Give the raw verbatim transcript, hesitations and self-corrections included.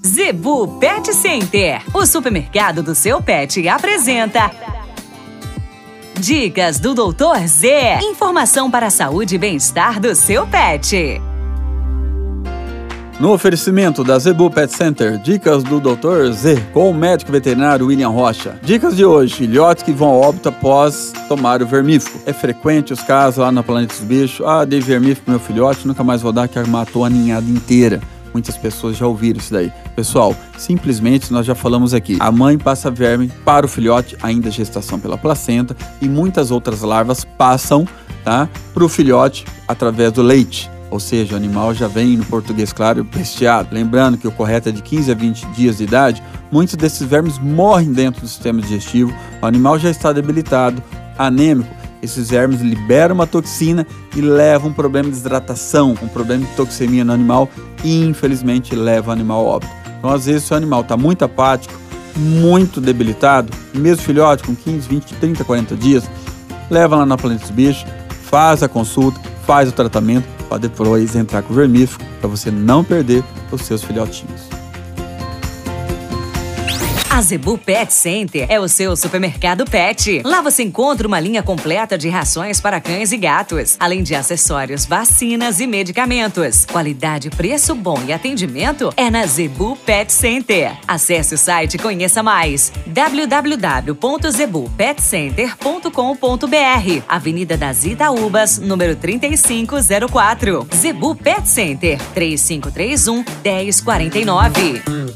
Zebu Pet Center, o supermercado do seu pet, apresenta Dicas do doutor Z. Informação para a saúde e bem-estar do seu pet. No oferecimento da Zebu Pet Center, dicas do doutor Z, com o médico veterinário William Rocha. Dicas de hoje: filhotes que vão ao óbito após tomar o vermífugo. É frequente os casos lá na Planeta dos Bichos. Ah, dei vermífugo pro meu filhote, nunca mais vou dar, que matou a ninhada inteira. Muitas pessoas já ouviram isso daí. Pessoal, simplesmente nós já falamos aqui. A mãe passa verme para o filhote, ainda gestação pela placenta, e muitas outras larvas passam, tá, para o filhote através do leite. Ou seja, o animal já vem, no português claro, bestiado. Lembrando que o correto é de quinze a vinte dias de idade. Muitos desses vermes morrem dentro do sistema digestivo. O animal já está debilitado, anêmico. Esses vermes liberam uma toxina e levam um problema de desidratação, um problema de toxemia no animal e, infelizmente, leva o animal ao óbito. Então, às vezes, se o animal está muito apático, muito debilitado, mesmo filhote com quinze, vinte, trinta, quarenta dias, leva lá na Planeta dos Bichos, faz a consulta, faz o tratamento, para depois entrar com o vermífugo, para você não perder os seus filhotinhos. A Zebu Pet Center é o seu supermercado pet. Lá você encontra uma linha completa de rações para cães e gatos, além de acessórios, vacinas e medicamentos. Qualidade, preço bom e atendimento é na Zebu Pet Center. Acesse o site e conheça mais. w w w ponto zebu pet center ponto com ponto b r, Avenida das Itaúbas, número trinta e cinco zero quatro. Zebu Pet Center, três cinco três um, um zero quatro nove.